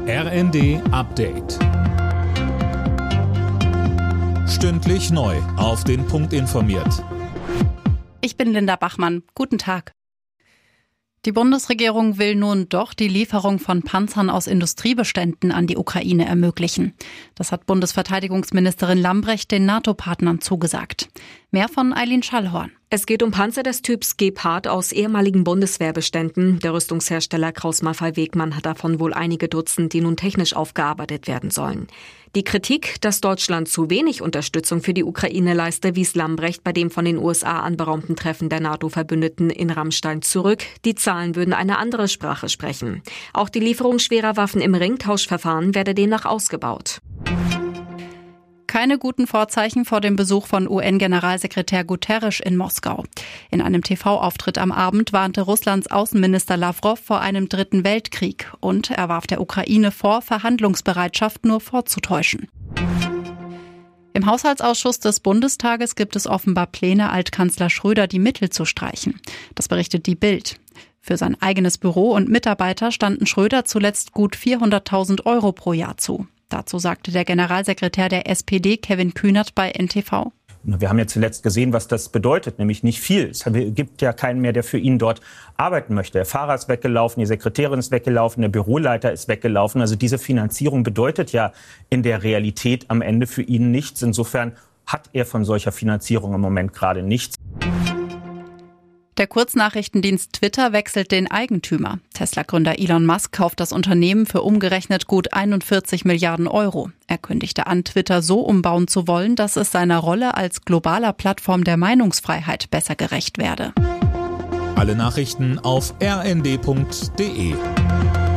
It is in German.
RND Update. Stündlich neu auf den Punkt informiert. Ich bin Linda Bachmann. Guten Tag. Die Bundesregierung will nun doch die Lieferung von Panzern aus Industriebeständen an die Ukraine ermöglichen. Das hat Bundesverteidigungsministerin Lambrecht den NATO-Partnern zugesagt. Mehr von Eileen Schallhorn. Es geht um Panzer des Typs Gepard aus ehemaligen Bundeswehrbeständen. Der Rüstungshersteller Krauss-Maffei-Wegmann hat davon wohl einige Dutzend, die nun technisch aufgearbeitet werden sollen. Die Kritik, dass Deutschland zu wenig Unterstützung für die Ukraine leiste, wies Lambrecht bei dem von den USA anberaumten Treffen der NATO-Verbündeten in Ramstein zurück. Die Zahlen würden eine andere Sprache sprechen. Auch die Lieferung schwerer Waffen im Ringtauschverfahren werde demnach ausgebaut. Keine guten Vorzeichen vor dem Besuch von UN-Generalsekretär Guterres in Moskau. In einem TV-Auftritt am Abend warnte Russlands Außenminister Lavrov vor einem dritten Weltkrieg und er warf der Ukraine vor, Verhandlungsbereitschaft nur vorzutäuschen. Im Haushaltsausschuss des Bundestages gibt es offenbar Pläne, Altkanzler Schröder die Mittel zu streichen. Das berichtet die Bild. Für sein eigenes Büro und Mitarbeiter standen Schröder zuletzt gut 400.000 € pro Jahr zu. Dazu sagte der Generalsekretär der SPD, Kevin Kühnert, bei NTV. Wir haben ja zuletzt gesehen, was das bedeutet, nämlich nicht viel. Es gibt ja keinen mehr, der für ihn dort arbeiten möchte. Der Fahrer ist weggelaufen, die Sekretärin ist weggelaufen, der Büroleiter ist weggelaufen. Also diese Finanzierung bedeutet ja in der Realität am Ende für ihn nichts. Insofern hat er von solcher Finanzierung im Moment gerade nichts. Der Kurznachrichtendienst Twitter wechselt den Eigentümer. Tesla-Gründer Elon Musk kauft das Unternehmen für umgerechnet gut 41 Milliarden €. Er kündigte an, Twitter so umbauen zu wollen, dass es seiner Rolle als globaler Plattform der Meinungsfreiheit besser gerecht werde. Alle Nachrichten auf rnd.de.